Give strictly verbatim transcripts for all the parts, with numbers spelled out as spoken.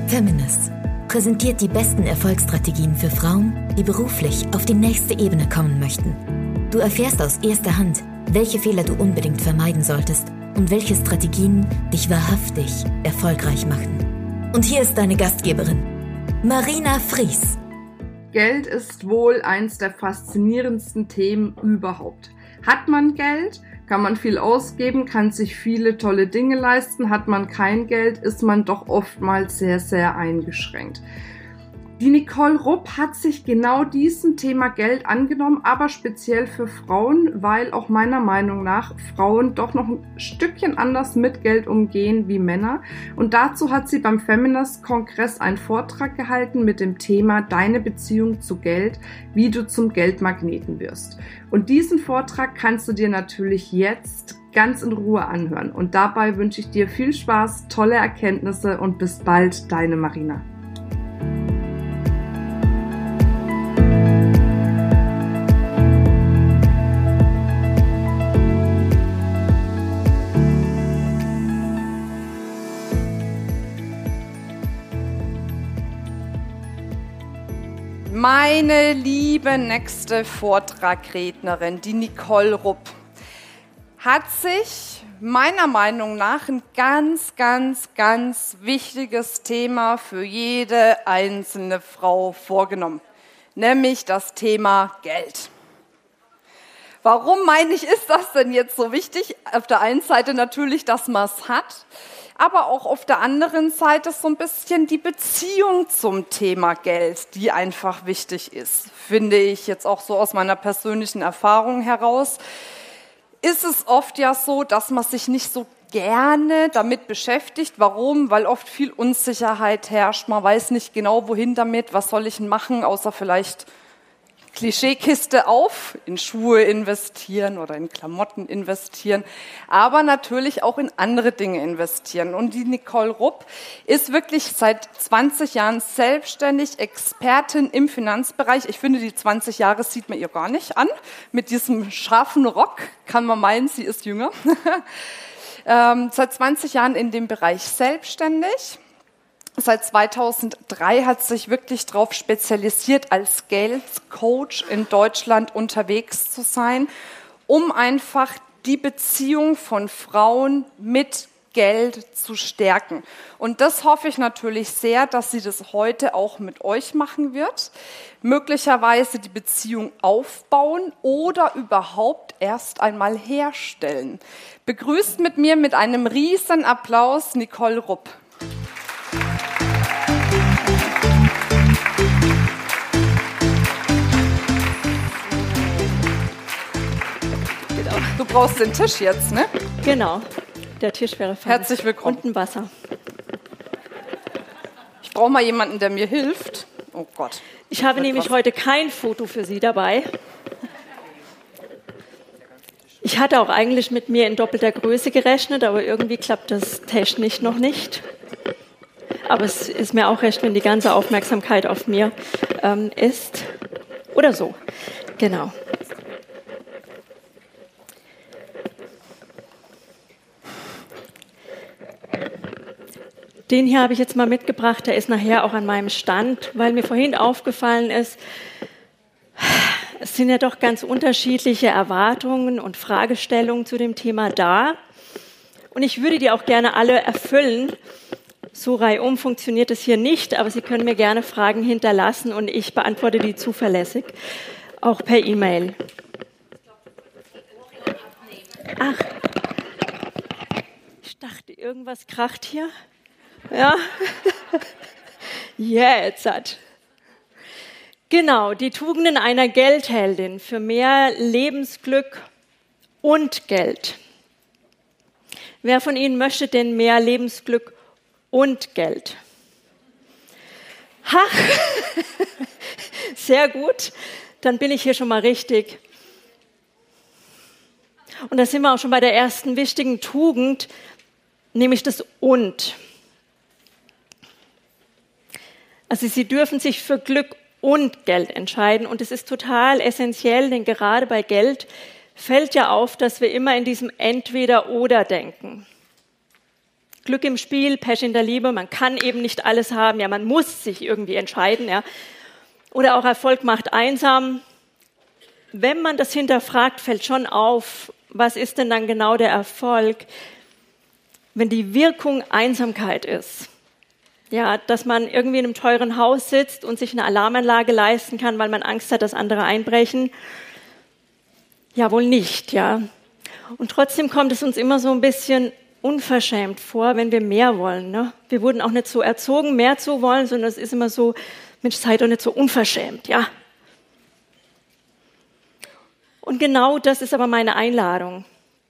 Feminist präsentiert die besten Erfolgsstrategien für Frauen, die beruflich auf die nächste Ebene kommen möchten. Du erfährst aus erster Hand, welche Fehler du unbedingt vermeiden solltest und welche Strategien dich wahrhaftig erfolgreich machen. Und hier ist deine Gastgeberin, Marina Fries. Geld ist wohl eins der faszinierendsten Themen überhaupt. Hat man Geld, kann man viel ausgeben, kann sich viele tolle Dinge leisten. Hat man kein Geld, ist man doch oftmals sehr, sehr eingeschränkt. Die Nicole Rupp hat sich genau diesem Thema Geld angenommen, aber speziell für Frauen, weil auch meiner Meinung nach Frauen doch noch ein Stückchen anders mit Geld umgehen wie Männer. Und dazu hat sie beim Feminist-Kongress einen Vortrag gehalten mit dem Thema Deine Beziehung zu Geld, wie du zum Geldmagneten wirst. Und diesen Vortrag kannst du dir natürlich jetzt ganz in Ruhe anhören. Und dabei wünsche ich dir viel Spaß, tolle Erkenntnisse und bis bald, deine Marina. Meine liebe nächste Vortragrednerin, die Nicole Rupp, hat sich meiner Meinung nach ein ganz, ganz, ganz wichtiges Thema für jede einzelne Frau vorgenommen, nämlich das Thema Geld. Warum, meine ich, ist das denn jetzt so wichtig? Auf der einen Seite natürlich, dass man es hat, aber auch auf der anderen Seite so ein bisschen die Beziehung zum Thema Geld, die einfach wichtig ist, finde ich jetzt auch so aus meiner persönlichen Erfahrung heraus. Ist es oft ja so, dass man sich nicht so gerne damit beschäftigt. Warum? Weil oft viel Unsicherheit herrscht. Man weiß nicht genau, wohin damit, was soll ich denn machen, außer vielleicht Klischeekiste auf, in Schuhe investieren oder in Klamotten investieren, aber natürlich auch in andere Dinge investieren. Und die Nicole Rupp ist wirklich seit zwanzig Jahren selbstständig Expertin im Finanzbereich. Ich finde, die zwanzig Jahre sieht man ihr gar nicht an. Mit diesem scharfen Rock kann man meinen, sie ist jünger. ähm, seit zwanzig Jahren in dem Bereich selbstständig. Seit zweitausenddrei hat sich wirklich darauf spezialisiert, als Geldcoach in Deutschland unterwegs zu sein, um einfach die Beziehung von Frauen mit Geld zu stärken. Und das hoffe ich natürlich sehr, dass sie das heute auch mit euch machen wird. Möglicherweise die Beziehung aufbauen oder überhaupt erst einmal herstellen. Begrüßt mit mir mit einem riesen Applaus Nicole Rupp. Du brauchst den Tisch jetzt, ne? Genau, der Tisch wäre fein. Herzlich willkommen. Und ein Wasser. Ich brauche mal jemanden, der mir hilft. Oh Gott. Ich habe nämlich was. heute kein Foto für Sie dabei. Ich hatte auch eigentlich mit mir in doppelter Größe gerechnet, aber irgendwie klappt das technisch noch nicht. Aber es ist mir auch recht, wenn die ganze Aufmerksamkeit auf mir ähm, ist. Oder so. Genau. Den hier habe ich jetzt mal mitgebracht, der ist nachher auch an meinem Stand, weil mir vorhin aufgefallen ist, es sind ja doch ganz unterschiedliche Erwartungen und Fragestellungen zu dem Thema da. Und ich würde die auch gerne alle erfüllen. So reihum funktioniert es hier nicht, aber Sie können mir gerne Fragen hinterlassen und ich beantworte die zuverlässig, auch per E-Mail. Ach, ich dachte, irgendwas kracht hier. Ja, jetzt hat. Genau, die Tugenden einer Geldheldin für mehr Lebensglück und Geld. Wer von Ihnen möchte denn mehr Lebensglück und Geld? Ha, sehr gut, dann bin ich hier schon mal richtig. Und da sind wir auch schon bei der ersten wichtigen Tugend, nämlich das Und. Also Sie dürfen sich für Glück und Geld entscheiden und es ist total essentiell, denn gerade bei Geld fällt ja auf, dass wir immer in diesem Entweder-Oder denken. Glück im Spiel, Pech in der Liebe, man kann eben nicht alles haben, ja, man muss sich irgendwie entscheiden, ja. Oder auch Erfolg macht einsam. Wenn man das hinterfragt, fällt schon auf, was ist denn dann genau der Erfolg, wenn die Wirkung Einsamkeit ist. Ja, dass man irgendwie in einem teuren Haus sitzt und sich eine Alarmanlage leisten kann, weil man Angst hat, dass andere einbrechen. Ja, wohl nicht, ja. Und trotzdem kommt es uns immer so ein bisschen unverschämt vor, wenn wir mehr wollen. Ne? Wir wurden auch nicht so erzogen, mehr zu wollen, sondern es ist immer so, Mensch, sei doch nicht so unverschämt, ja. Und genau das ist aber meine Einladung.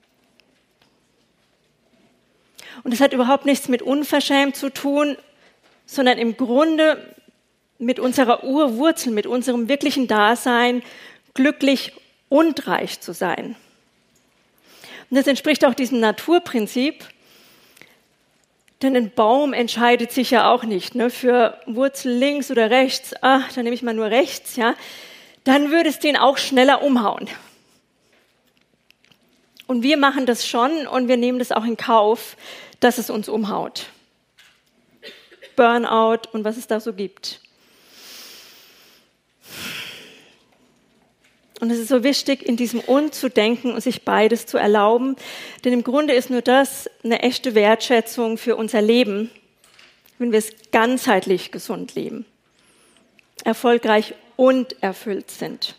Und es hat überhaupt nichts mit unverschämt zu tun, sondern im Grunde mit unserer Urwurzel, mit unserem wirklichen Dasein, glücklich und reich zu sein. Und das entspricht auch diesem Naturprinzip, denn ein Baum entscheidet sich ja auch nicht, ne, für Wurzel links oder rechts, ach, dann nehme ich mal nur rechts, ja, dann würde es den auch schneller umhauen. Und wir machen das schon und wir nehmen das auch in Kauf, dass es uns umhaut. Burnout und was es da so gibt. Und es ist so wichtig, in diesem Und zu denken und sich beides zu erlauben, denn im Grunde ist nur das eine echte Wertschätzung für unser Leben, wenn wir es ganzheitlich gesund leben, erfolgreich und erfüllt sind.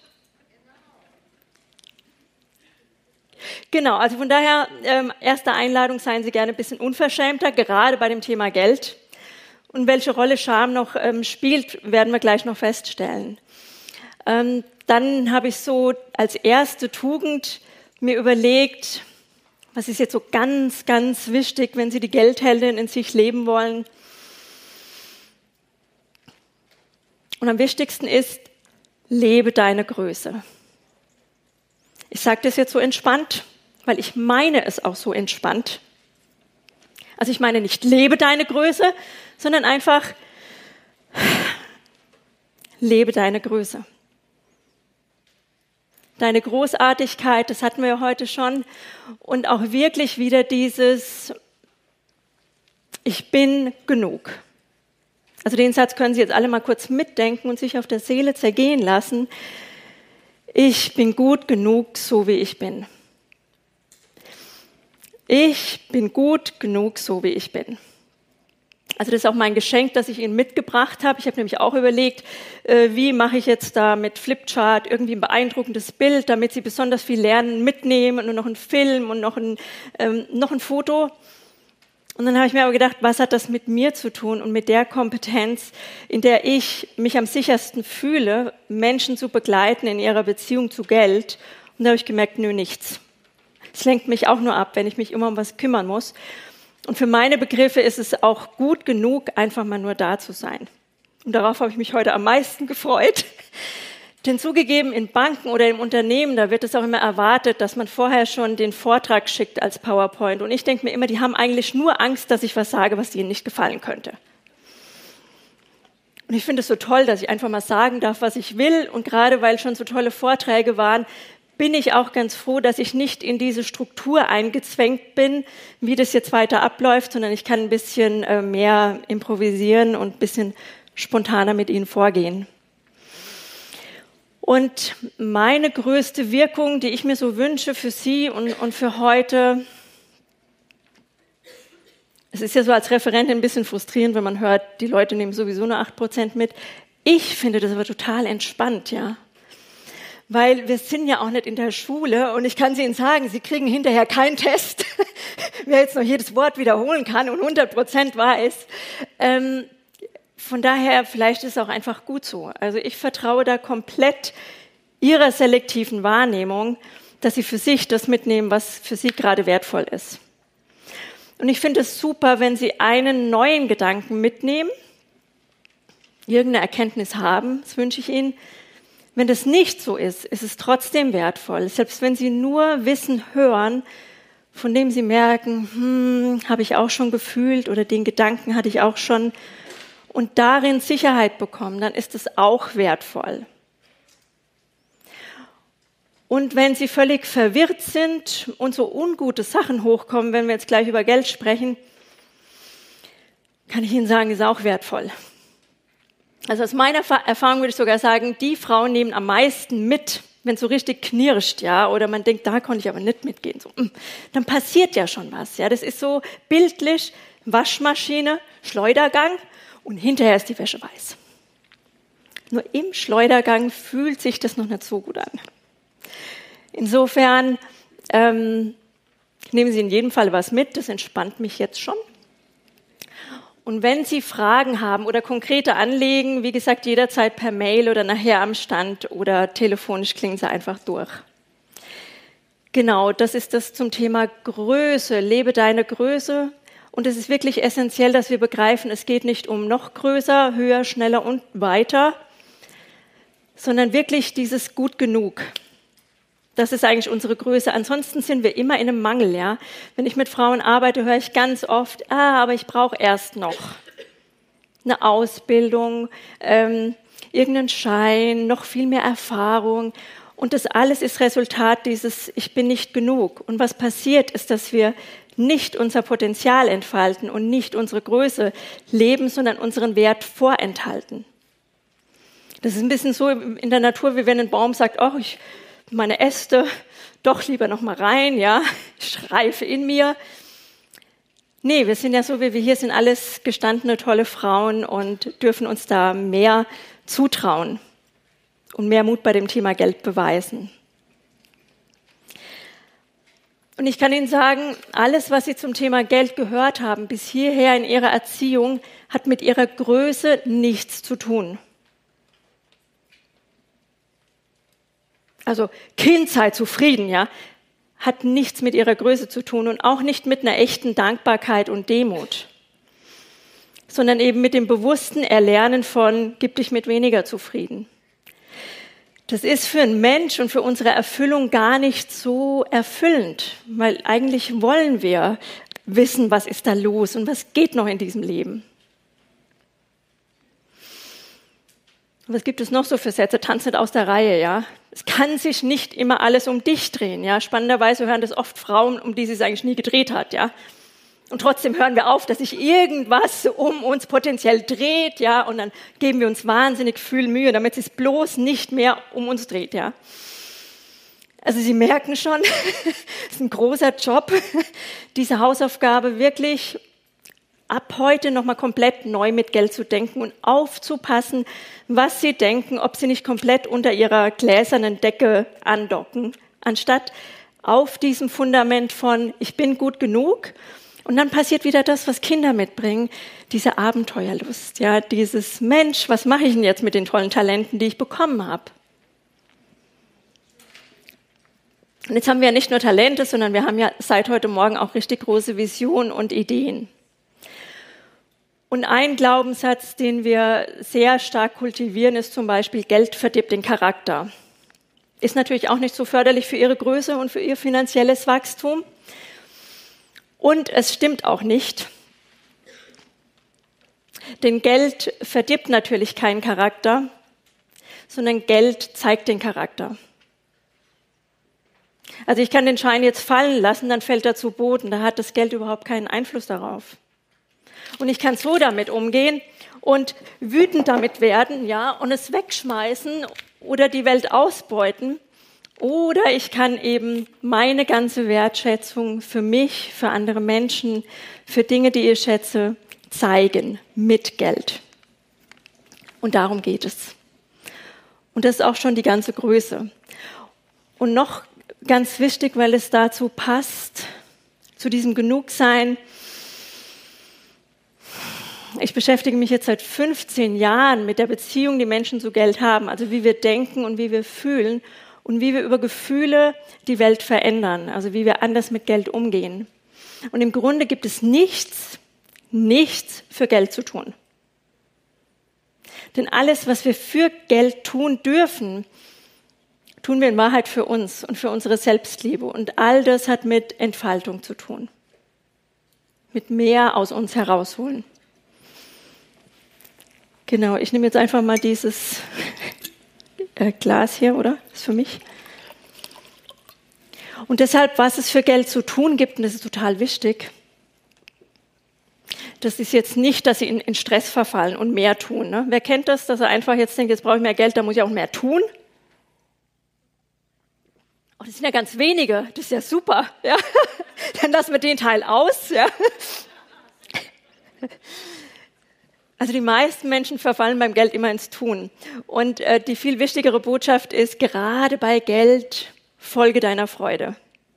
Genau, also von daher, ähm, erste Einladung, seien Sie gerne ein bisschen unverschämter, gerade bei dem Thema Geld. Und welche Rolle Scham noch ähm, spielt, werden wir gleich noch feststellen. Ähm, dann habe ich so als erste Tugend mir überlegt, was ist jetzt so ganz, ganz wichtig, wenn Sie die Geldheldin in sich leben wollen. Und am wichtigsten ist, lebe deine Größe. Ich sage das jetzt so entspannt, weil ich meine es auch so entspannt. Also ich meine nicht, lebe deine Größe, sondern einfach, lebe deine Größe. Deine Großartigkeit, das hatten wir ja heute schon. Und auch wirklich wieder dieses, ich bin genug. Also den Satz können Sie jetzt alle mal kurz mitdenken und sich auf der Seele zergehen lassen. Ich bin gut genug, so wie ich bin. Ich bin gut genug, so wie ich bin. Also das ist auch mein Geschenk, das ich Ihnen mitgebracht habe. Ich habe nämlich auch überlegt, äh, wie mache ich jetzt da mit Flipchart irgendwie ein beeindruckendes Bild, damit Sie besonders viel lernen, mitnehmen und noch einen Film und noch ein, ähm, noch ein Foto. Und dann habe ich mir aber gedacht, was hat das mit mir zu tun und mit der Kompetenz, in der ich mich am sichersten fühle, Menschen zu begleiten in ihrer Beziehung zu Geld. Und da habe ich gemerkt, nö, nichts. Es lenkt mich auch nur ab, wenn ich mich immer um was kümmern muss. Und für meine Begriffe ist es auch gut genug, einfach mal nur da zu sein. Und darauf habe ich mich heute am meisten gefreut. Denn zugegeben, in Banken oder im Unternehmen, da wird es auch immer erwartet, dass man vorher schon den Vortrag schickt als PowerPoint. Und ich denke mir immer, die haben eigentlich nur Angst, dass ich was sage, was ihnen nicht gefallen könnte. Und ich finde es so toll, dass ich einfach mal sagen darf, was ich will. Und gerade weil schon so tolle Vorträge waren, bin ich auch ganz froh, dass ich nicht in diese Struktur eingezwängt bin, wie das jetzt weiter abläuft, sondern ich kann ein bisschen äh, mehr improvisieren und ein bisschen spontaner mit Ihnen vorgehen. Und meine größte Wirkung, die ich mir so wünsche für Sie und, und für heute, es ist ja so als Referentin ein bisschen frustrierend, wenn man hört, die Leute nehmen sowieso nur acht Prozent mit. Ich finde das aber total entspannt, ja. Weil wir sind ja auch nicht in der Schule und ich kann Sie Ihnen sagen, Sie kriegen hinterher keinen Test, wer jetzt noch jedes Wort wiederholen kann und hundert Prozent weiß. Ähm, von daher, vielleicht ist es auch einfach gut so. Also ich vertraue da komplett Ihrer selektiven Wahrnehmung, dass Sie für sich das mitnehmen, was für Sie gerade wertvoll ist. Und ich finde es super, wenn Sie einen neuen Gedanken mitnehmen, irgendeine Erkenntnis haben, das wünsche ich Ihnen. Wenn das nicht so ist, ist es trotzdem wertvoll. Selbst wenn Sie nur Wissen hören, von dem Sie merken, hm, habe ich auch schon gefühlt oder den Gedanken hatte ich auch schon und darin Sicherheit bekommen, dann ist es auch wertvoll. Und wenn Sie völlig verwirrt sind und so ungute Sachen hochkommen, wenn wir jetzt gleich über Geld sprechen, kann ich Ihnen sagen, ist auch wertvoll. Also aus meiner Erfahrung würde ich sogar sagen, die Frauen nehmen am meisten mit, wenn es so richtig knirscht, ja, oder man denkt, da konnte ich aber nicht mitgehen, so, dann passiert ja schon was, ja. Das ist so bildlich, Waschmaschine, Schleudergang und hinterher ist die Wäsche weiß. Nur im Schleudergang fühlt sich das noch nicht so gut an. Insofern ähm, nehmen Sie in jedem Fall was mit, das entspannt mich jetzt schon. Und wenn Sie Fragen haben oder konkrete Anliegen, wie gesagt, jederzeit per Mail oder nachher am Stand oder telefonisch klingen Sie einfach durch. Genau, das ist das zum Thema Größe. Lebe deine Größe. Und es ist wirklich essentiell, dass wir begreifen, es geht nicht um noch größer, höher, schneller und weiter, sondern wirklich dieses gut genug. Das ist eigentlich unsere Größe. Ansonsten sind wir immer in einem Mangel, ja. Wenn ich mit Frauen arbeite, höre ich ganz oft, ah, aber ich brauche erst noch eine Ausbildung, ähm, irgendeinen Schein, noch viel mehr Erfahrung. Und das alles ist Resultat dieses, ich bin nicht genug. Und was passiert, ist, dass wir nicht unser Potenzial entfalten und nicht unsere Größe leben, sondern unseren Wert vorenthalten. Das ist ein bisschen so in der Natur, wie wenn ein Baum sagt, oh, ich meine Äste, doch lieber noch mal rein, ja, ich reife in mir. Nee, wir sind ja so, wie wir hier sind, alles gestandene, tolle Frauen und dürfen uns da mehr zutrauen und mehr Mut bei dem Thema Geld beweisen. Und ich kann Ihnen sagen, alles, was Sie zum Thema Geld gehört haben, bis hierher in Ihrer Erziehung, hat mit Ihrer Größe nichts zu tun. Also Kind sei zufrieden, ja, hat nichts mit ihrer Größe zu tun und auch nicht mit einer echten Dankbarkeit und Demut, sondern eben mit dem bewussten Erlernen von, gib dich mit weniger zufrieden. Das ist für einen Mensch und für unsere Erfüllung gar nicht so erfüllend, weil eigentlich wollen wir wissen, was ist da los und was geht noch in diesem Leben. Was gibt es noch so für Sätze? Tanz nicht aus der Reihe, ja. Es kann sich nicht immer alles um dich drehen, ja. Spannenderweise hören das oft Frauen, um die es eigentlich nie gedreht hat, ja. Und trotzdem hören wir auf, dass sich irgendwas um uns potenziell dreht, ja. Und dann geben wir uns wahnsinnig viel Mühe, damit es sich bloß nicht mehr um uns dreht, ja. Also Sie merken schon, es ist ein großer Job, diese Hausaufgabe wirklich ab heute nochmal komplett neu mit Geld zu denken und aufzupassen, was Sie denken, ob Sie nicht komplett unter Ihrer gläsernen Decke andocken, anstatt auf diesem Fundament von ich bin gut genug. Und dann passiert wieder das, was Kinder mitbringen, diese Abenteuerlust, ja, dieses Mensch, was mache ich denn jetzt mit den tollen Talenten, die ich bekommen habe? Und jetzt haben wir ja nicht nur Talente, sondern wir haben ja seit heute Morgen auch richtig große Visionen und Ideen. Und ein Glaubenssatz, den wir sehr stark kultivieren, ist zum Beispiel, Geld verdirbt den Charakter. Ist natürlich auch nicht so förderlich für Ihre Größe und für Ihr finanzielles Wachstum. Und es stimmt auch nicht. Denn Geld verdirbt natürlich keinen Charakter, sondern Geld zeigt den Charakter. Also ich kann den Schein jetzt fallen lassen, dann fällt er zu Boden. Da hat das Geld überhaupt keinen Einfluss darauf. Und ich kann so damit umgehen und wütend damit werden, ja, und es wegschmeißen oder die Welt ausbeuten. Oder ich kann eben meine ganze Wertschätzung für mich, für andere Menschen, für Dinge, die ich schätze, zeigen mit Geld. Und darum geht es. Und das ist auch schon die ganze Größe. Und noch ganz wichtig, weil es dazu passt, zu diesem Genugsein. Ich beschäftige mich jetzt seit fünfzehn Jahren mit der Beziehung, die Menschen zu Geld haben, also wie wir denken und wie wir fühlen und wie wir über Gefühle die Welt verändern, also wie wir anders mit Geld umgehen. Und im Grunde gibt es nichts, nichts für Geld zu tun. Denn alles, was wir für Geld tun dürfen, tun wir in Wahrheit für uns und für unsere Selbstliebe. Und all das hat mit Entfaltung zu tun, mit mehr aus uns herausholen. Genau, ich nehme jetzt einfach mal dieses äh, Glas hier, oder? Das ist für mich. Und deshalb, was es für Geld zu tun gibt, und das ist total wichtig, Das ist jetzt nicht, dass sie in, in Stress verfallen und mehr tun. Ne? Wer kennt das, dass er einfach jetzt denkt, jetzt brauche ich mehr Geld, da muss ich auch mehr tun? Oh, das sind ja ganz wenige, das ist ja super. Ja? Dann lassen wir den Teil aus. Ja? Also die meisten Menschen verfallen beim Geld immer ins Tun. Und äh, die viel wichtigere Botschaft ist, gerade bei Geld, folge deiner Freude.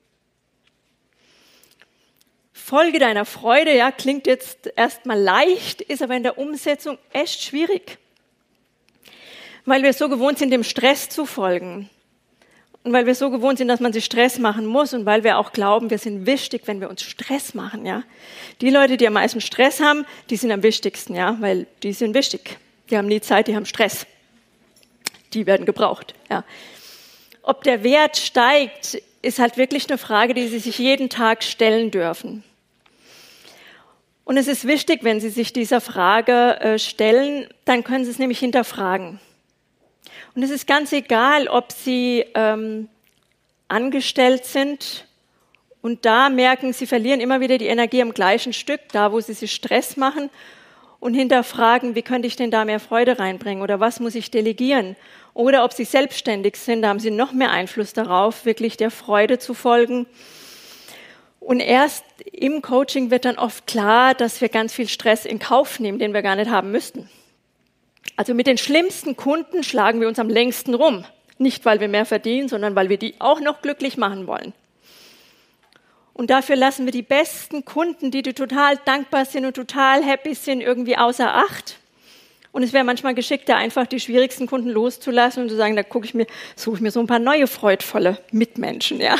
Folge deiner Freude, ja, klingt jetzt erstmal leicht, ist aber in der Umsetzung echt schwierig. Weil wir so gewohnt sind, dem Stress zu folgen. Und weil wir so gewohnt sind, dass man sich Stress machen muss und weil wir auch glauben, wir sind wichtig, wenn wir uns Stress machen, ja. Die Leute, die am meisten Stress haben, die sind am wichtigsten, ja, weil die sind wichtig. Die haben nie Zeit, die haben Stress. Die werden gebraucht, ja. Ob der Wert steigt, ist halt wirklich eine Frage, die Sie sich jeden Tag stellen dürfen. Und es ist wichtig, wenn Sie sich dieser Frage äh, stellen, dann können Sie es nämlich hinterfragen. Und es ist ganz egal, ob Sie ähm, angestellt sind und da merken, Sie verlieren immer wieder die Energie am gleichen Stück, da wo Sie sich Stress machen und hinterfragen, wie könnte ich denn da mehr Freude reinbringen oder was muss ich delegieren? Oder ob Sie selbstständig sind, da haben Sie noch mehr Einfluss darauf, wirklich der Freude zu folgen. Und erst im Coaching wird dann oft klar, dass wir ganz viel Stress in Kauf nehmen, den wir gar nicht haben müssten. Also mit den schlimmsten Kunden schlagen wir uns am längsten rum. Nicht, weil wir mehr verdienen, sondern weil wir die auch noch glücklich machen wollen. Und dafür lassen wir die besten Kunden, die, die total dankbar sind und total happy sind, irgendwie außer Acht. Und es wäre manchmal geschickter, einfach die schwierigsten Kunden loszulassen und zu sagen, da gucke ich mir, suche ich mir so ein paar neue, freudvolle Mitmenschen, ja.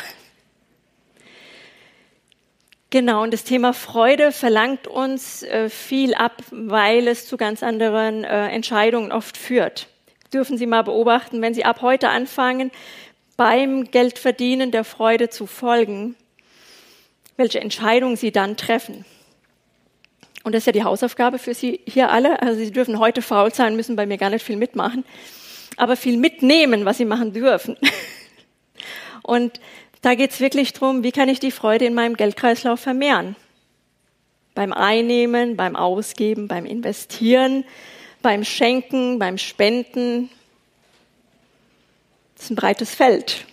Genau, und das Thema Freude verlangt uns äh, viel ab, weil es zu ganz anderen äh, Entscheidungen oft führt. Dürfen Sie mal beobachten, wenn Sie ab heute anfangen, beim Geldverdienen der Freude zu folgen, welche Entscheidungen Sie dann treffen. Und das ist ja die Hausaufgabe für Sie hier alle. Also Sie dürfen heute faul sein, müssen bei mir gar nicht viel mitmachen, aber viel mitnehmen, was Sie machen dürfen. Und da geht es wirklich darum, wie kann ich die Freude in meinem Geldkreislauf vermehren? Beim Einnehmen, beim Ausgeben, beim Investieren, beim Schenken, beim Spenden. Das ist ein breites Feld.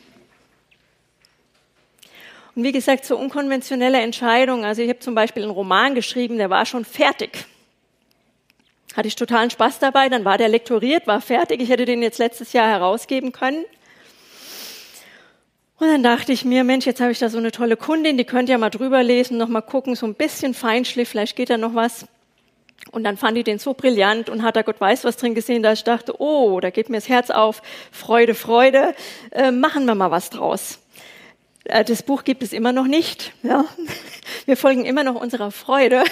Und wie gesagt, so unkonventionelle Entscheidungen. Also ich habe zum Beispiel einen Roman geschrieben, der war schon fertig. Hatte ich totalen Spaß dabei, dann war der lektoriert, war fertig. Ich hätte den jetzt letztes Jahr herausgeben können. Und dann dachte ich mir, Mensch, jetzt habe ich da so eine tolle Kundin, die könnt ja mal drüber lesen, noch mal gucken, so ein bisschen Feinschliff, vielleicht geht da noch was. Und dann fand ich den so brillant und hat da Gott weiß was drin gesehen, dass ich dachte, oh, da geht mir das Herz auf, Freude, Freude, äh, machen wir mal was draus. Äh, das Buch gibt es immer noch nicht, ja. Wir folgen immer noch unserer Freude.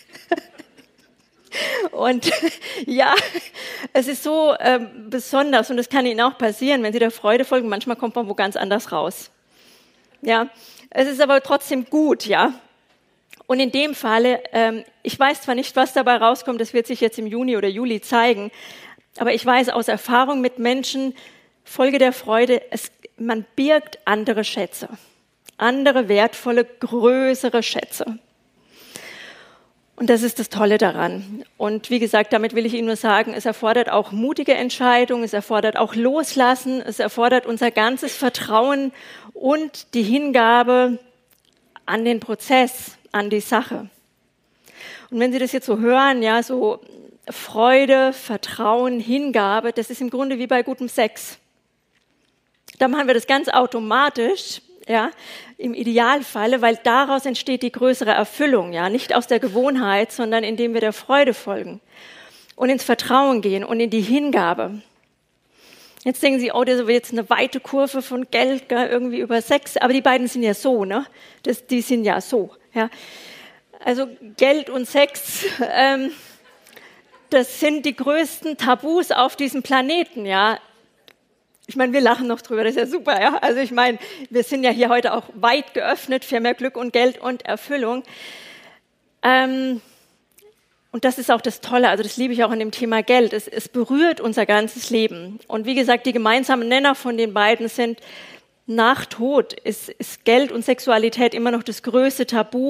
Und ja, es ist so äh, besonders und das kann Ihnen auch passieren, wenn Sie der Freude folgen, manchmal kommt man wo ganz anders raus. Ja, es ist aber trotzdem gut, ja. Und in dem Falle, ähm, ich weiß zwar nicht, was dabei rauskommt, das wird sich jetzt im Juni oder Juli zeigen, aber ich weiß aus Erfahrung mit Menschen, Folge der Freude, es, man birgt andere Schätze, andere wertvolle, größere Schätze. Und das ist das Tolle daran. Und wie gesagt, damit will ich Ihnen nur sagen, es erfordert auch mutige Entscheidungen, es erfordert auch Loslassen, es erfordert unser ganzes Vertrauen und die Hingabe an den Prozess, an die Sache. Und wenn Sie das jetzt so hören, ja, so Freude, Vertrauen, Hingabe, das ist im Grunde wie bei gutem Sex. Da machen wir das ganz automatisch, ja, im Idealfalle, weil daraus entsteht die größere Erfüllung, ja, nicht aus der Gewohnheit, sondern indem wir der Freude folgen und ins Vertrauen gehen und in die Hingabe. Jetzt denken Sie, oh, das ist jetzt eine weite Kurve von Geld, gell, irgendwie über Sex, aber die beiden sind ja so, ne? Das, die sind ja so, ja. Also Geld und Sex, ähm, das sind die größten Tabus auf diesem Planeten, ja. Ich meine, wir lachen noch drüber, das ist ja super, ja. Also ich meine, wir sind ja hier heute auch weit geöffnet für mehr Glück und Geld und Erfüllung. Ähm, und das ist auch das Tolle, also das liebe ich auch an dem Thema Geld. Es, es berührt unser ganzes Leben. Und wie gesagt, die gemeinsamen Nenner von den beiden sind, nach Tod ist, ist Geld und Sexualität immer noch das größte Tabu.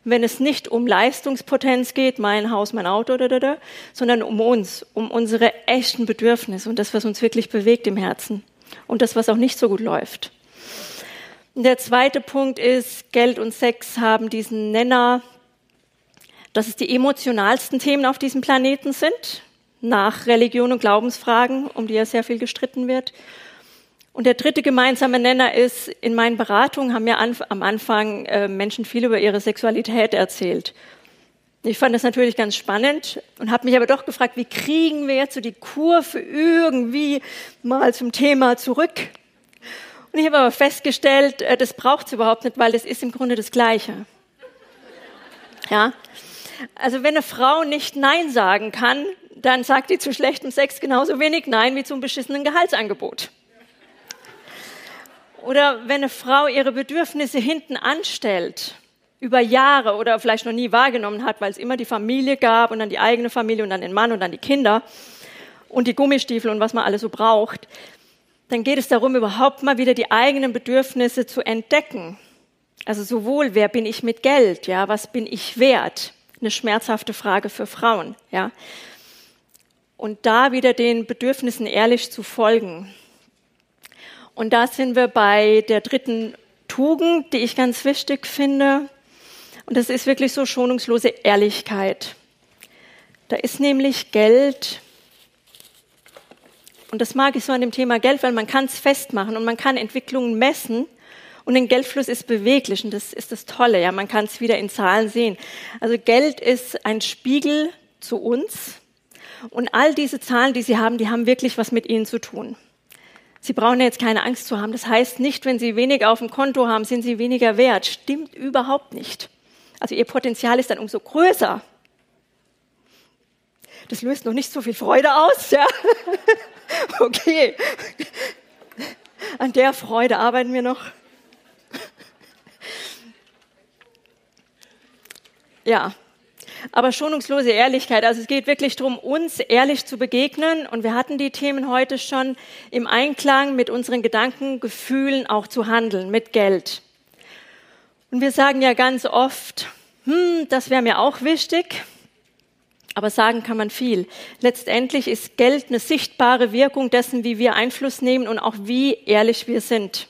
wenn es nicht um Leistungspotenz geht, mein Haus, mein Auto, da, da, da, sondern um uns, um unsere echten Bedürfnisse und das, was uns wirklich bewegt im Herzen und das, was auch nicht so gut läuft. Und der zweite Punkt ist, Geld und Sex haben diesen Nenner, dass es die emotionalsten Themen auf diesem Planeten sind, nach Religion und Glaubensfragen, um die ja sehr viel gestritten wird. Und der dritte gemeinsame Nenner ist, in meinen Beratungen haben mir anf- am Anfang äh, Menschen viel über ihre Sexualität erzählt. Ich fand das natürlich ganz spannend und habe mich aber doch gefragt, wie kriegen wir jetzt so die Kurve irgendwie mal zum Thema zurück? Und ich habe aber festgestellt, äh, das braucht es überhaupt nicht, weil das ist im Grunde das Gleiche. Ja? Also wenn eine Frau nicht Nein sagen kann, dann sagt die zu schlechtem Sex genauso wenig Nein wie zum beschissenen Gehaltsangebot. Oder wenn eine Frau ihre Bedürfnisse hinten anstellt, über Jahre oder vielleicht noch nie wahrgenommen hat, weil es immer die Familie gab und dann die eigene Familie und dann den Mann und dann die Kinder und die Gummistiefel und was man alles so braucht, dann geht es darum, überhaupt mal wieder die eigenen Bedürfnisse zu entdecken. Also sowohl, wer bin ich mit Geld, ja, was bin ich wert? Eine schmerzhafte Frage für Frauen, ja. Und da wieder den Bedürfnissen ehrlich zu folgen. Und da sind wir bei der dritten Tugend, die ich ganz wichtig finde. Und das ist wirklich so schonungslose Ehrlichkeit. Da ist nämlich Geld, und das mag ich so an dem Thema Geld, weil man kann es festmachen und man kann Entwicklungen messen. Und ein Geldfluss ist beweglich und das ist das Tolle. Ja, man kann es wieder in Zahlen sehen. Also Geld ist ein Spiegel zu uns. Und all diese Zahlen, die Sie haben, die haben wirklich was mit Ihnen zu tun. Sie brauchen ja jetzt keine Angst zu haben. Das heißt nicht, wenn Sie weniger auf dem Konto haben, sind Sie weniger wert. Stimmt überhaupt nicht. Also Ihr Potenzial ist dann umso größer. Das löst noch nicht so viel Freude aus, ja? Okay. An der Freude arbeiten wir noch. Ja. Aber schonungslose Ehrlichkeit, also es geht wirklich darum, uns ehrlich zu begegnen und wir hatten die Themen heute schon im Einklang mit unseren Gedanken, Gefühlen auch zu handeln, mit Geld. Und wir sagen ja ganz oft, hm, das wäre mir auch wichtig, aber sagen kann man viel. Letztendlich ist Geld eine sichtbare Wirkung dessen, wie wir Einfluss nehmen und auch wie ehrlich wir sind.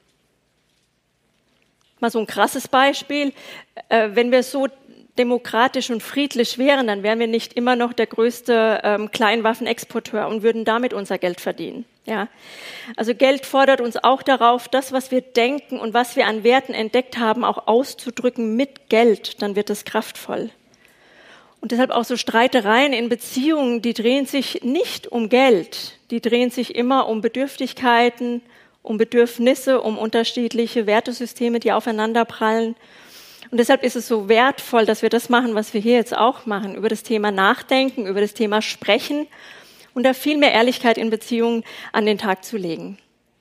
Mal so ein krasses Beispiel, äh, wenn wir so demokratisch und friedlich wären, dann wären wir nicht immer noch der größte ähm, Kleinwaffenexporteur und würden damit unser Geld verdienen. Ja? Also Geld fordert uns auch darauf, das, was wir denken und was wir an Werten entdeckt haben, auch auszudrücken mit Geld, dann wird es kraftvoll. Und deshalb auch so Streitereien in Beziehungen, die drehen sich nicht um Geld, die drehen sich immer um Bedürftigkeiten, um Bedürfnisse, um unterschiedliche Wertesysteme, die aufeinanderprallen. Und deshalb ist es so wertvoll, dass wir das machen, was wir hier jetzt auch machen, über das Thema Nachdenken, über das Thema Sprechen und da viel mehr Ehrlichkeit in Beziehungen an den Tag zu legen.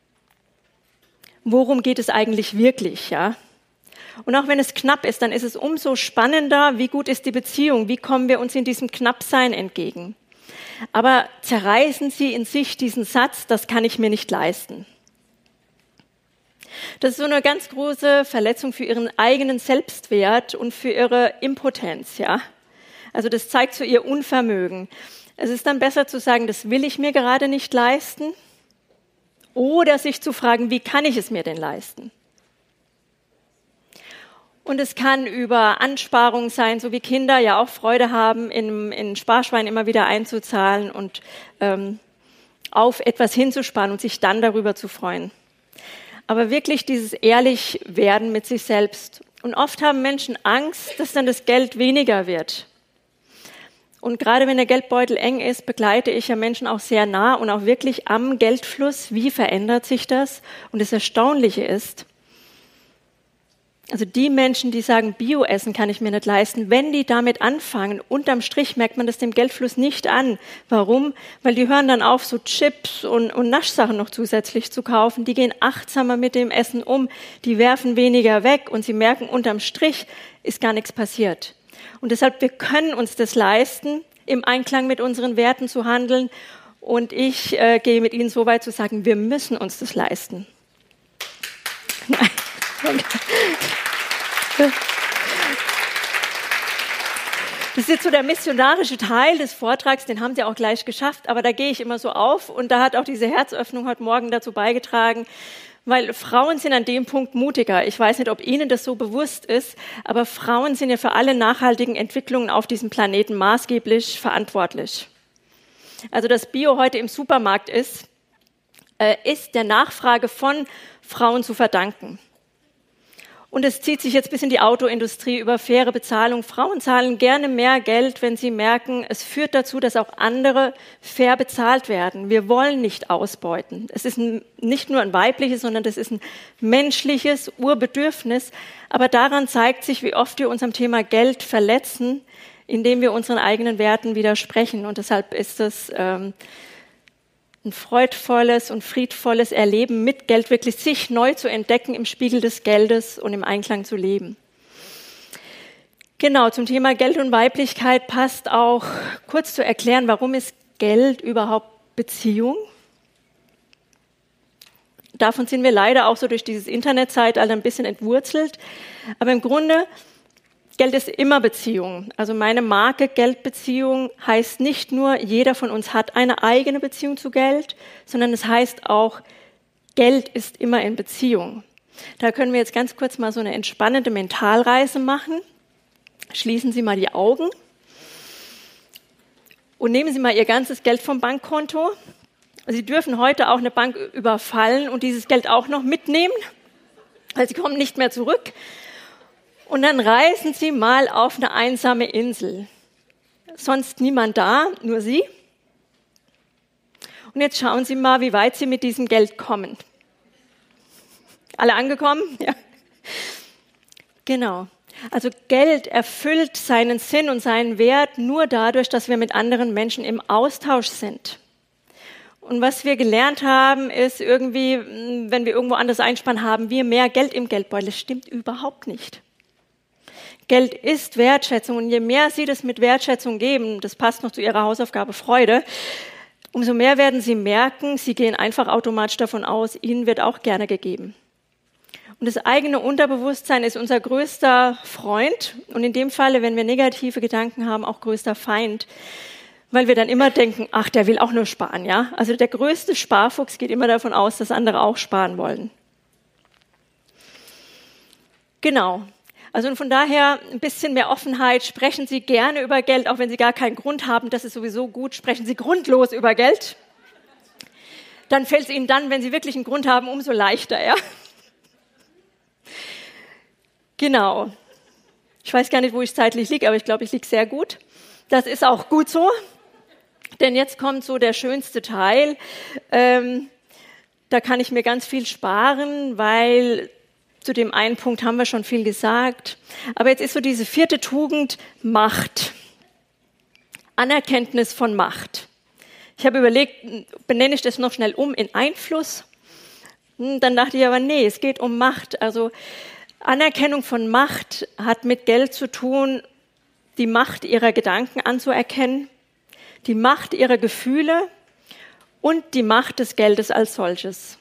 Worum geht es eigentlich wirklich, ja? Und auch wenn es knapp ist, dann ist es umso spannender, wie gut ist die Beziehung, wie kommen wir uns in diesem Knappsein entgegen. Aber zerreißen Sie in sich diesen Satz, das kann ich mir nicht leisten. Das ist so eine ganz große Verletzung für ihren eigenen Selbstwert und für ihre Impotenz, ja. Also das zeigt so ihr Unvermögen. Es ist dann besser zu sagen, das will ich mir gerade nicht leisten, oder sich zu fragen, wie kann ich es mir denn leisten? Und es kann über Ansparungen sein, so wie Kinder ja auch Freude haben, in, in Sparschwein immer wieder einzuzahlen und ähm, auf etwas hinzusparen und sich dann darüber zu freuen. Aber wirklich dieses Ehrlichwerden mit sich selbst. Und oft haben Menschen Angst, dass dann das Geld weniger wird. Und gerade wenn der Geldbeutel eng ist, begleite ich ja Menschen auch sehr nah und auch wirklich am Geldfluss. Wie verändert sich das? Und das Erstaunliche ist, also die Menschen, die sagen, Bio-Essen kann ich mir nicht leisten, wenn die damit anfangen, unterm Strich merkt man das dem Geldfluss nicht an. Warum? Weil die hören dann auf, so Chips und, und Naschsachen noch zusätzlich zu kaufen. Die gehen achtsamer mit dem Essen um, die werfen weniger weg und sie merken, unterm Strich ist gar nichts passiert. Und deshalb, wir können uns das leisten, im Einklang mit unseren Werten zu handeln. Und ich äh, gehe mit Ihnen so weit zu sagen, wir müssen uns das leisten. Nein. Das ist jetzt so der missionarische Teil des Vortrags, den haben Sie auch gleich geschafft, aber da gehe ich immer so auf und da hat auch diese Herzöffnung heute Morgen dazu beigetragen, weil Frauen sind an dem Punkt mutiger. Ich weiß nicht, ob Ihnen das so bewusst ist, aber Frauen sind ja für alle nachhaltigen Entwicklungen auf diesem Planeten maßgeblich verantwortlich. Also dass Bio heute im Supermarkt ist, äh, ist der Nachfrage von Frauen zu verdanken. Und es zieht sich jetzt bis in die Autoindustrie über faire Bezahlung. Frauen zahlen gerne mehr Geld, wenn sie merken, es führt dazu, dass auch andere fair bezahlt werden. Wir wollen nicht ausbeuten. Es ist ein, nicht nur ein weibliches, sondern das ist ein menschliches Urbedürfnis. Aber daran zeigt sich, wie oft wir uns am Thema Geld verletzen, indem wir unseren eigenen Werten widersprechen. Und deshalb ist es ähm, ein freudvolles und friedvolles Erleben mit Geld, wirklich sich neu zu entdecken im Spiegel des Geldes und im Einklang zu leben. Genau, zum Thema Geld und Weiblichkeit passt auch kurz zu erklären, warum ist Geld überhaupt Beziehung? Davon sind wir leider auch so durch dieses Internetzeitalter ein bisschen entwurzelt. Aber im Grunde, Geld ist immer Beziehung. Also meine Marke Geldbeziehung heißt nicht nur, jeder von uns hat eine eigene Beziehung zu Geld, sondern es heißt auch, Geld ist immer in Beziehung. Da können wir jetzt ganz kurz mal so eine entspannende Mentalreise machen. Schließen Sie mal die Augen und nehmen Sie mal Ihr ganzes Geld vom Bankkonto. Sie dürfen heute auch eine Bank überfallen und dieses Geld auch noch mitnehmen, weil Sie kommen nicht mehr zurück. Und dann reisen Sie mal auf eine einsame Insel. Sonst niemand da, nur Sie. Und jetzt schauen Sie mal, wie weit Sie mit diesem Geld kommen. Alle angekommen? Ja. Genau. Also Geld erfüllt seinen Sinn und seinen Wert nur dadurch, dass wir mit anderen Menschen im Austausch sind. Und was wir gelernt haben, ist irgendwie, wenn wir irgendwo anders einsparen, haben wir mehr Geld im Geldbeutel. Das stimmt überhaupt nicht. Geld ist Wertschätzung und je mehr Sie das mit Wertschätzung geben, das passt noch zu Ihrer Hausaufgabe Freude, umso mehr werden Sie merken, Sie gehen einfach automatisch davon aus, Ihnen wird auch gerne gegeben. Und das eigene Unterbewusstsein ist unser größter Freund und in dem Falle, wenn wir negative Gedanken haben, auch größter Feind, weil wir dann immer denken, ach, der will auch nur sparen, ja? Also der größte Sparfuchs geht immer davon aus, dass andere auch sparen wollen. Genau. Also und von daher ein bisschen mehr Offenheit. Sprechen Sie gerne über Geld, auch wenn Sie gar keinen Grund haben. Das ist sowieso gut. Sprechen Sie grundlos über Geld. Dann fällt es Ihnen dann, wenn Sie wirklich einen Grund haben, umso leichter. Ja? Genau. Ich weiß gar nicht, wo ich zeitlich liege, aber ich glaube, ich liege sehr gut. Das ist auch gut so, denn jetzt kommt so der schönste Teil. Ähm, da kann ich mir ganz viel sparen, weil zu dem einen Punkt haben wir schon viel gesagt. Aber jetzt ist so diese vierte Tugend Macht. Anerkenntnis von Macht. Ich habe überlegt, benenne ich das noch schnell um in Einfluss? Dann dachte ich aber, nee, es geht um Macht. Also Anerkennung von Macht hat mit Geld zu tun, die Macht ihrer Gedanken anzuerkennen, die Macht ihrer Gefühle und die Macht des Geldes als solches.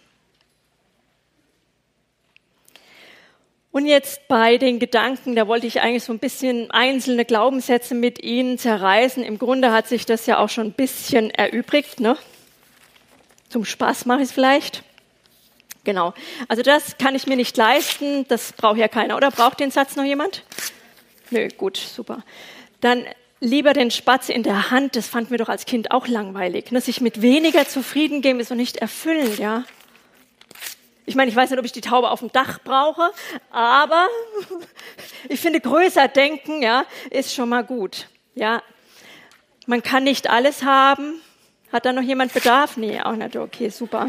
Und jetzt bei den Gedanken, da wollte ich eigentlich so ein bisschen einzelne Glaubenssätze mit Ihnen zerreißen. Im Grunde hat sich das ja auch schon ein bisschen erübrigt, ne? Zum Spaß mache ich es vielleicht. Genau. Also das kann ich mir nicht leisten, das braucht ja keiner. Oder braucht den Satz noch jemand? Nö, gut, super. Dann lieber den Spatz in der Hand, das fand mir doch als Kind auch langweilig. Ne? Sich mit weniger zufrieden geben ist doch nicht erfüllend, ja. Ich meine, ich weiß nicht, ob ich die Taube auf dem Dach brauche, aber ich finde, größer denken, ja, ist schon mal gut. Ja, man kann nicht alles haben. Hat da noch jemand Bedarf? Nee, auch nicht. Okay, super.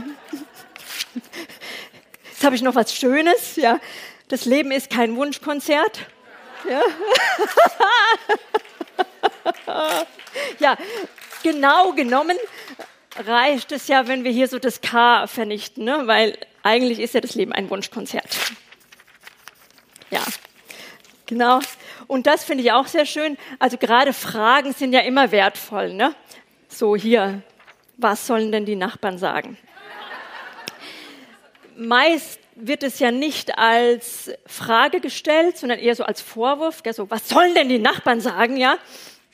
Jetzt habe ich noch was Schönes. Ja, das Leben ist kein Wunschkonzert. Ja, ja, genau genommen reicht es ja, wenn wir hier so das K vernichten, ne? Weil eigentlich ist ja das Leben ein Wunschkonzert. Ja, genau. Und das finde ich auch sehr schön. Also gerade Fragen sind ja immer wertvoll, ne? So hier, was sollen denn die Nachbarn sagen? Meist wird es ja nicht als Frage gestellt, sondern eher so als Vorwurf. Gell? So, was sollen denn die Nachbarn sagen, ja?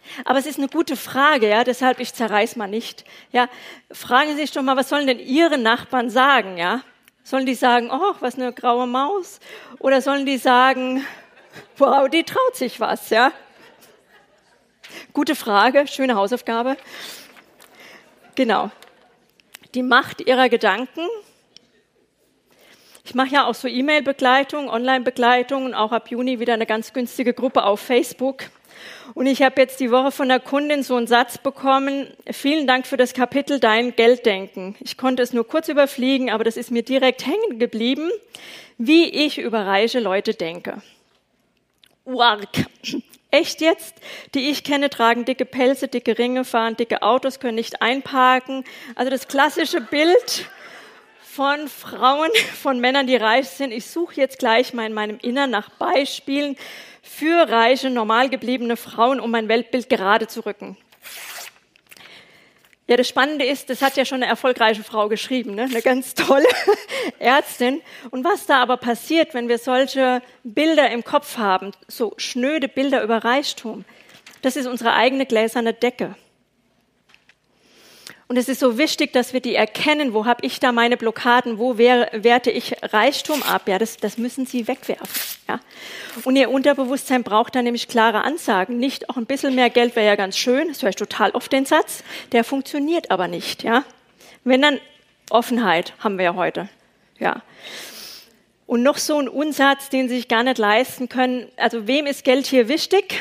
Aber es ist eine gute Frage, ja, deshalb ich zerreiß mal nicht. Ja, fragen Sie sich doch mal, was sollen denn Ihre Nachbarn sagen, ja? Sollen die sagen, oh, was eine graue Maus? Oder sollen die sagen, wow, die traut sich was, ja? Gute Frage, schöne Hausaufgabe. Genau. Die Macht ihrer Gedanken. Ich mache ja auch so E-Mail-Begleitung, Online-Begleitung und auch ab Juni wieder eine ganz günstige Gruppe auf Facebook. Und ich habe jetzt die Woche von der Kundin so einen Satz bekommen, vielen Dank für das Kapitel Dein Gelddenken. Ich konnte es nur kurz überfliegen, aber das ist mir direkt hängen geblieben, wie ich über reiche Leute denke. Uark. Echt jetzt? Die ich kenne, tragen dicke Pelze, dicke Ringe, fahren dicke Autos, können nicht einparken. Also das klassische Bild von Frauen, von Männern, die reich sind. Ich suche jetzt gleich mal in meinem Innern nach Beispielen für reiche, normal gebliebene Frauen, um mein Weltbild gerade zu rücken. Ja, das Spannende ist, das hat ja schon eine erfolgreiche Frau geschrieben, ne? Eine ganz tolle Ärztin. Und was da aber passiert, wenn wir solche Bilder im Kopf haben, so schnöde Bilder über Reichtum, das ist unsere eigene gläserne Decke. Und es ist so wichtig, dass wir die erkennen, wo habe ich da meine Blockaden, wo wäre, werte ich Reichtum ab. Ja, das, das müssen Sie wegwerfen. Ja. Und Ihr Unterbewusstsein braucht da nämlich klare Ansagen. Nicht auch ein bisschen mehr Geld wäre ja ganz schön, das höre ich total oft den Satz, der funktioniert aber nicht. Ja. Wenn dann Offenheit haben wir ja heute. Ja. Und noch so ein Unsatz, den Sie sich gar nicht leisten können. Also wem ist Geld hier wichtig?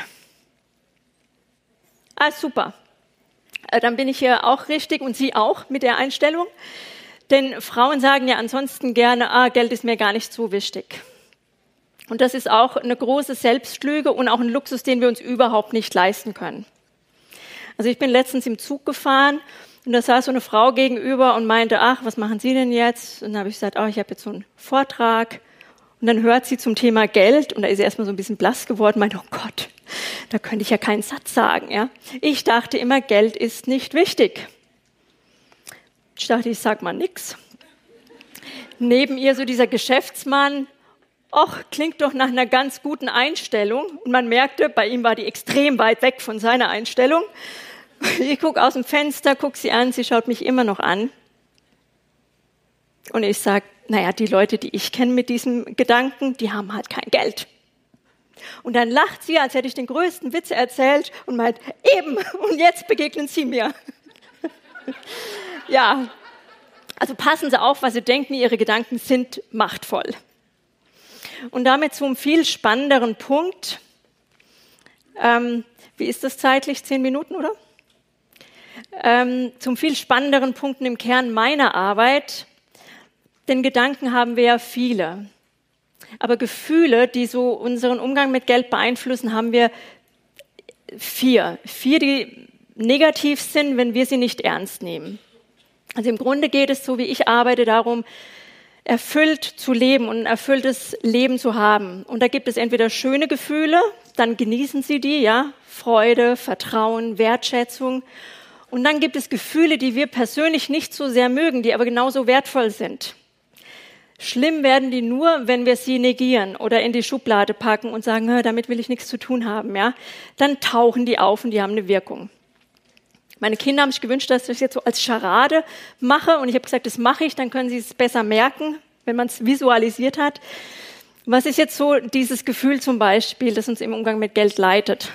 Ah, super. Dann bin ich hier auch richtig und Sie auch mit der Einstellung. Denn Frauen sagen ja ansonsten gerne, ah, Geld ist mir gar nicht so wichtig. Und das ist auch eine große Selbstlüge und auch ein Luxus, den wir uns überhaupt nicht leisten können. Also ich bin letztens im Zug gefahren und da saß so eine Frau gegenüber und meinte, ach, was machen Sie denn jetzt? Und dann habe ich gesagt, oh, ich habe jetzt so einen Vortrag. Und dann hört sie zum Thema Geld und da ist sie erstmal so ein bisschen blass geworden, meinte, oh Gott, da könnte ich ja keinen Satz sagen. Ja? Ich dachte immer, Geld ist nicht wichtig. Ich dachte, ich sag mal nix. Neben ihr so dieser Geschäftsmann, och, klingt doch nach einer ganz guten Einstellung. Und man merkte, bei ihm war die extrem weit weg von seiner Einstellung. Ich gucke aus dem Fenster, gucke sie an, sie schaut mich immer noch an. Und ich sage, naja, die Leute, die ich kenne mit diesem Gedanken, die haben halt kein Geld. Und dann lacht sie, als hätte ich den größten Witz erzählt und meint, eben, und jetzt begegnen Sie mir. Ja, also passen Sie auf, was Sie denken, Ihre Gedanken sind machtvoll. Und damit zum viel spannenderen Punkt. Ähm, wie ist das zeitlich? Zehn Minuten, oder? Ähm, zum viel spannenderen Punkt im Kern meiner Arbeit. Denn Gedanken haben wir ja viele. Aber Gefühle, die so unseren Umgang mit Geld beeinflussen, haben wir vier. Vier, die negativ sind, wenn wir sie nicht ernst nehmen. Also im Grunde geht es, so wie ich arbeite, darum, erfüllt zu leben und ein erfülltes Leben zu haben. Und da gibt es entweder schöne Gefühle, dann genießen Sie die, ja, Freude, Vertrauen, Wertschätzung. Und dann gibt es Gefühle, die wir persönlich nicht so sehr mögen, die aber genauso wertvoll sind. Schlimm werden die nur, wenn wir sie negieren oder in die Schublade packen und sagen, damit will ich nichts zu tun haben. Ja? Dann tauchen die auf und die haben eine Wirkung. Meine Kinder haben sich gewünscht, dass ich das jetzt so als Scharade mache und ich habe gesagt, das mache ich, dann können sie es besser merken, wenn man es visualisiert hat. Was ist jetzt so dieses Gefühl zum Beispiel, das uns im Umgang mit Geld leitet?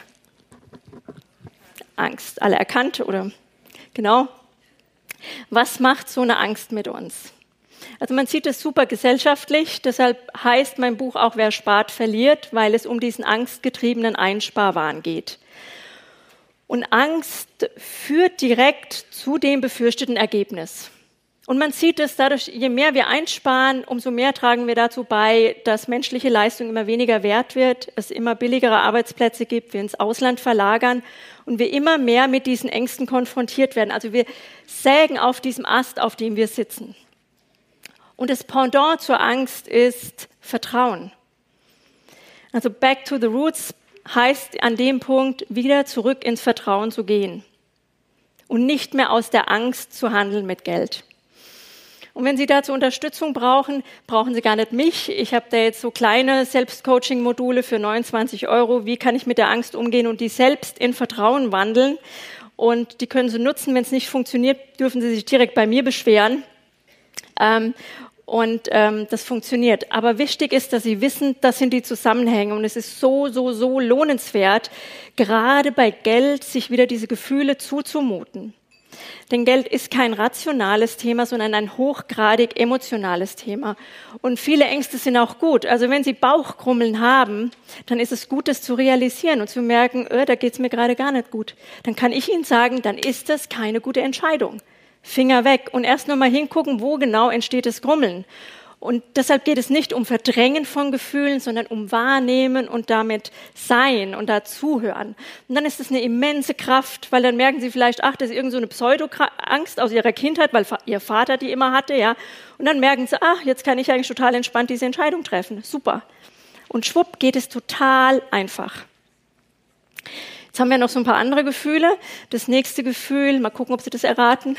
Angst, alle erkannt oder genau? Was macht so eine Angst mit uns? Also man sieht es super gesellschaftlich, deshalb heißt mein Buch auch, wer spart, verliert, weil es um diesen angstgetriebenen Einsparwahn geht. Und Angst führt direkt zu dem befürchteten Ergebnis. Und man sieht es dadurch, je mehr wir einsparen, umso mehr tragen wir dazu bei, dass menschliche Leistung immer weniger wert wird, es immer billigere Arbeitsplätze gibt, wir ins Ausland verlagern und wir immer mehr mit diesen Ängsten konfrontiert werden. Also wir sägen auf diesem Ast, auf dem wir sitzen. Und das Pendant zur Angst ist Vertrauen. Also back to the roots heißt an dem Punkt, wieder zurück ins Vertrauen zu gehen und nicht mehr aus der Angst zu handeln mit Geld. Und wenn Sie dazu Unterstützung brauchen, brauchen Sie gar nicht mich. Ich habe da jetzt so kleine Selbstcoaching-Module für neunundzwanzig Euro. Wie kann ich mit der Angst umgehen und die selbst in Vertrauen wandeln? Und die können Sie nutzen. Wenn es nicht funktioniert, dürfen Sie sich direkt bei mir beschweren. Ähm, Und ähm, das funktioniert. Aber wichtig ist, dass Sie wissen, das sind die Zusammenhänge. Und es ist so, so, so lohnenswert, gerade bei Geld sich wieder diese Gefühle zuzumuten. Denn Geld ist kein rationales Thema, sondern ein hochgradig emotionales Thema. Und viele Ängste sind auch gut. Also wenn Sie Bauchkrummeln haben, dann ist es gut, das zu realisieren und zu merken, äh, da geht es mir gerade gar nicht gut. Dann kann ich Ihnen sagen, dann ist das keine gute Entscheidung. Finger weg und erst noch mal hingucken, wo genau entsteht das Grummeln. Und deshalb geht es nicht um Verdrängen von Gefühlen, sondern um Wahrnehmen und damit Sein und da zuhören. Und dann ist das eine immense Kraft, weil dann merken Sie vielleicht, ach, das ist irgend so eine Pseudo-Angst aus Ihrer Kindheit, weil Ihr Vater die immer hatte, ja. Und dann merken Sie, ach, jetzt kann ich eigentlich total entspannt diese Entscheidung treffen. Super. Und schwupp geht es total einfach. Jetzt haben wir noch so ein paar andere Gefühle. Das nächste Gefühl, mal gucken, ob Sie das erraten.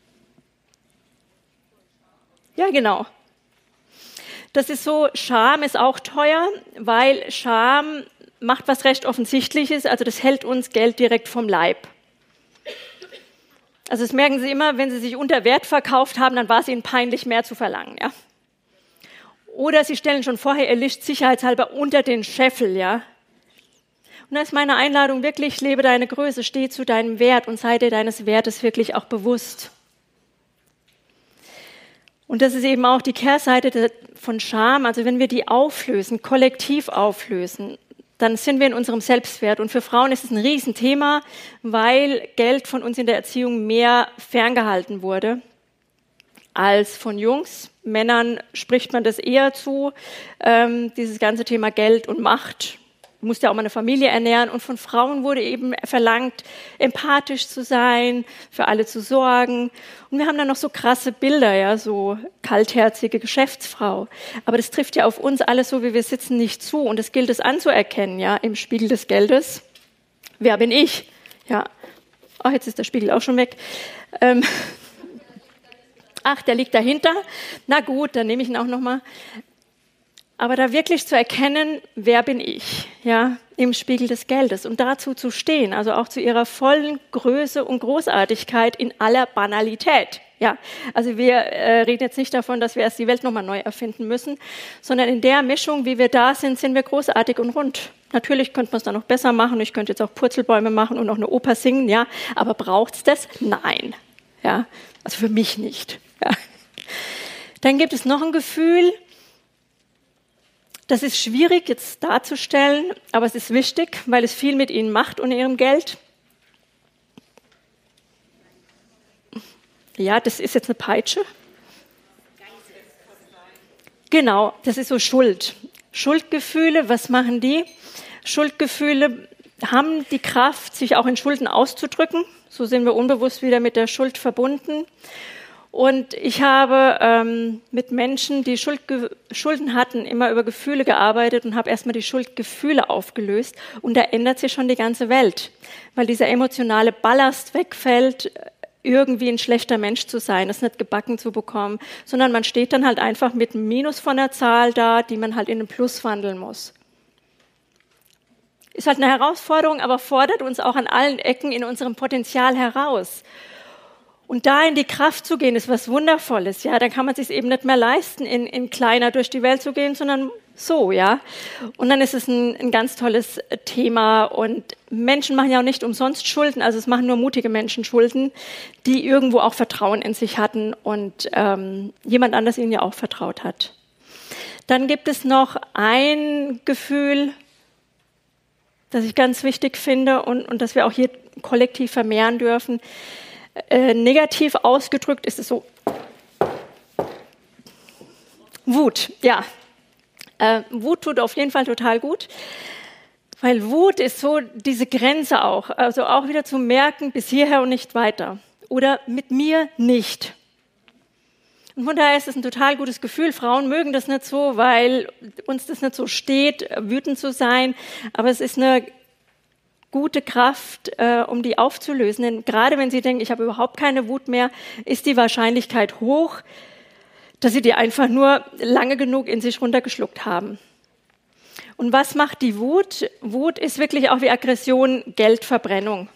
Ja, genau. Das ist so, Scham ist auch teuer, weil Scham macht was recht Offensichtliches, also das hält uns Geld direkt vom Leib. Also das merken Sie immer, wenn Sie sich unter Wert verkauft haben, dann war es Ihnen peinlich, mehr zu verlangen, ja. Oder Sie stellen schon vorher Ihr Licht sicherheitshalber unter den Scheffel, ja. Und da ist meine Einladung wirklich, lebe deine Größe, steh zu deinem Wert und sei dir deines Wertes wirklich auch bewusst. Und das ist eben auch die Kehrseite von Scham. Also wenn wir die auflösen, kollektiv auflösen, dann sind wir in unserem Selbstwert. Und für Frauen ist es ein Riesenthema, weil Geld von uns in der Erziehung mehr ferngehalten wurde als von Jungs. Männern spricht man das eher zu, ähm, dieses ganze Thema Geld und Macht. Du musst ja auch mal eine Familie ernähren. Und von Frauen wurde eben verlangt, empathisch zu sein, für alle zu sorgen. Und wir haben dann noch so krasse Bilder, ja, so kaltherzige Geschäftsfrau. Aber das trifft ja auf uns alle so, wie wir sitzen, nicht zu. Und es gilt es anzuerkennen, ja, im Spiegel des Geldes. Wer bin ich? Ja. Ach, jetzt ist der Spiegel auch schon weg. Ähm. Ach, der liegt dahinter. Na gut, dann nehme ich ihn auch noch mal. Aber da wirklich zu erkennen, wer bin ich, ja, im Spiegel des Geldes und dazu zu stehen, also auch zu ihrer vollen Größe und Großartigkeit in aller Banalität. Ja, also wir äh, reden jetzt nicht davon, dass wir erst die Welt nochmal neu erfinden müssen, sondern in der Mischung, wie wir da sind, sind wir großartig und rund. Natürlich könnte man es dann noch besser machen. Ich könnte jetzt auch Purzelbäume machen und noch eine Oper singen, ja, aber braucht's das? Nein, ja, also für mich nicht. Ja. Dann gibt es noch ein Gefühl. Das ist schwierig jetzt darzustellen, aber es ist wichtig, weil es viel mit Ihnen macht und Ihrem Geld. Ja, das ist jetzt eine Peitsche. Genau, das ist so Schuld. Schuldgefühle, was machen die? Schuldgefühle haben die Kraft, sich auch in Schulden auszudrücken. So sind wir unbewusst wieder mit der Schuld verbunden. Und ich habe ähm, mit Menschen, die Schuldge- Schulden hatten, immer über Gefühle gearbeitet und habe erstmal die Schuldgefühle aufgelöst. Und da ändert sich schon die ganze Welt, weil dieser emotionale Ballast wegfällt, irgendwie ein schlechter Mensch zu sein, das nicht gebacken zu bekommen, sondern man steht dann halt einfach mit einem Minus von der Zahl da, die man halt in einen Plus wandeln muss. Ist halt eine Herausforderung, aber fordert uns auch an allen Ecken in unserem Potenzial heraus. Und da in die Kraft zu gehen, ist was Wundervolles, ja. Da kann man sich eben nicht mehr leisten, in, in kleiner durch die Welt zu gehen, sondern so, ja. Und dann ist es ein, ein ganz tolles Thema. Und Menschen machen ja auch nicht umsonst Schulden, also es machen nur mutige Menschen Schulden, die irgendwo auch Vertrauen in sich hatten und ähm, jemand anders ihnen ja auch vertraut hat. Dann gibt es noch ein Gefühl, das ich ganz wichtig finde und, und das wir auch hier kollektiv vermehren dürfen. Äh, negativ ausgedrückt ist es so, Wut, ja. Äh, Wut tut auf jeden Fall total gut, weil Wut ist so diese Grenze auch, also auch wieder zu merken, bis hierher und nicht weiter oder mit mir nicht. Und von daher ist es ein total gutes Gefühl. Frauen mögen das nicht so, weil uns das nicht so steht, wütend zu sein, aber es ist eine gute Kraft, äh, um die aufzulösen. Denn gerade wenn Sie denken, ich habe überhaupt keine Wut mehr, ist die Wahrscheinlichkeit hoch, dass sie die einfach nur lange genug in sich runtergeschluckt haben. Und was macht die Wut? Wut ist wirklich auch wie Aggression Geldverbrennung.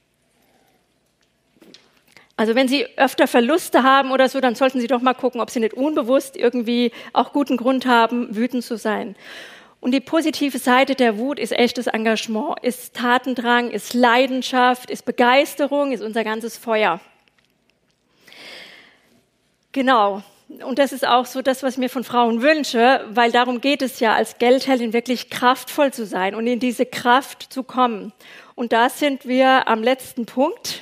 Also wenn Sie öfter Verluste haben oder so, dann sollten Sie doch mal gucken, ob Sie nicht unbewusst irgendwie auch guten Grund haben, wütend zu sein. Und die positive Seite der Wut ist echtes Engagement, ist Tatendrang, ist Leidenschaft, ist Begeisterung, ist unser ganzes Feuer. Genau. Und das ist auch so das, was ich mir von Frauen wünsche, weil darum geht es ja, als Geldheldin wirklich kraftvoll zu sein und in diese Kraft zu kommen. Und da sind wir am letzten Punkt.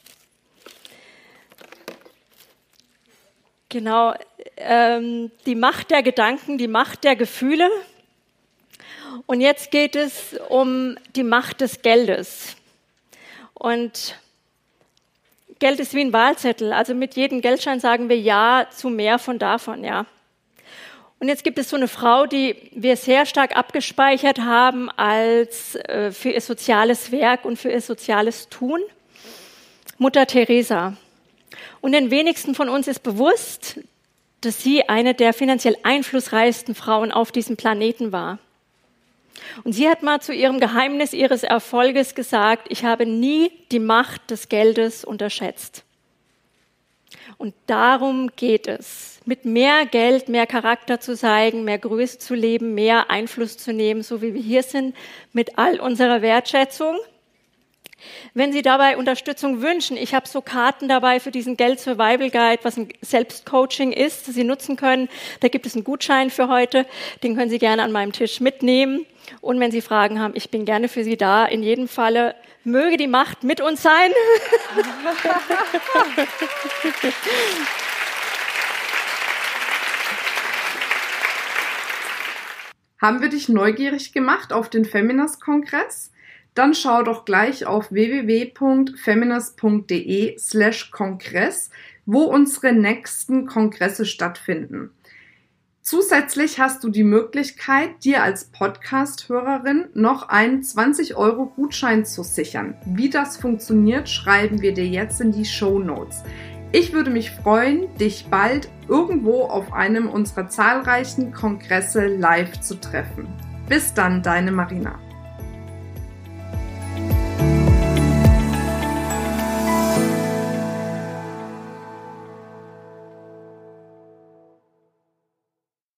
Genau, ähm, die Macht der Gedanken, die Macht der Gefühle. Und jetzt geht es um die Macht des Geldes. Und Geld ist wie ein Wahlzettel. Also mit jedem Geldschein sagen wir Ja zu mehr von davon, ja. Und jetzt gibt es so eine Frau, die wir sehr stark abgespeichert haben als äh, für ihr soziales Werk und für ihr soziales Tun. Mutter Teresa. Und den wenigsten von uns ist bewusst, dass sie eine der finanziell einflussreichsten Frauen auf diesem Planeten war. Und sie hat mal zu ihrem Geheimnis ihres Erfolges gesagt, ich habe nie die Macht des Geldes unterschätzt. Und darum geht es, mit mehr Geld mehr Charakter zu zeigen, mehr Größe zu leben, mehr Einfluss zu nehmen, so wie wir hier sind, mit all unserer Wertschätzung. Wenn Sie dabei Unterstützung wünschen, ich habe so Karten dabei für diesen Geld Survival Guide, was ein Selbstcoaching ist, das Sie nutzen können. Da gibt es einen Gutschein für heute, den können Sie gerne an meinem Tisch mitnehmen. Und wenn Sie Fragen haben, ich bin gerne für Sie da. In jedem Falle möge die Macht mit uns sein. Haben wir dich neugierig gemacht auf den Feminist-Kongress? Dann schau doch gleich auf w w w punkt feminist punkt d e slash kongress, wo unsere nächsten Kongresse stattfinden. Zusätzlich hast du die Möglichkeit, dir als Podcast-Hörerin noch einen zwanzig Euro Gutschein zu sichern. Wie das funktioniert, schreiben wir dir jetzt in die Shownotes. Ich würde mich freuen, dich bald irgendwo auf einem unserer zahlreichen Kongresse live zu treffen. Bis dann, deine Marina.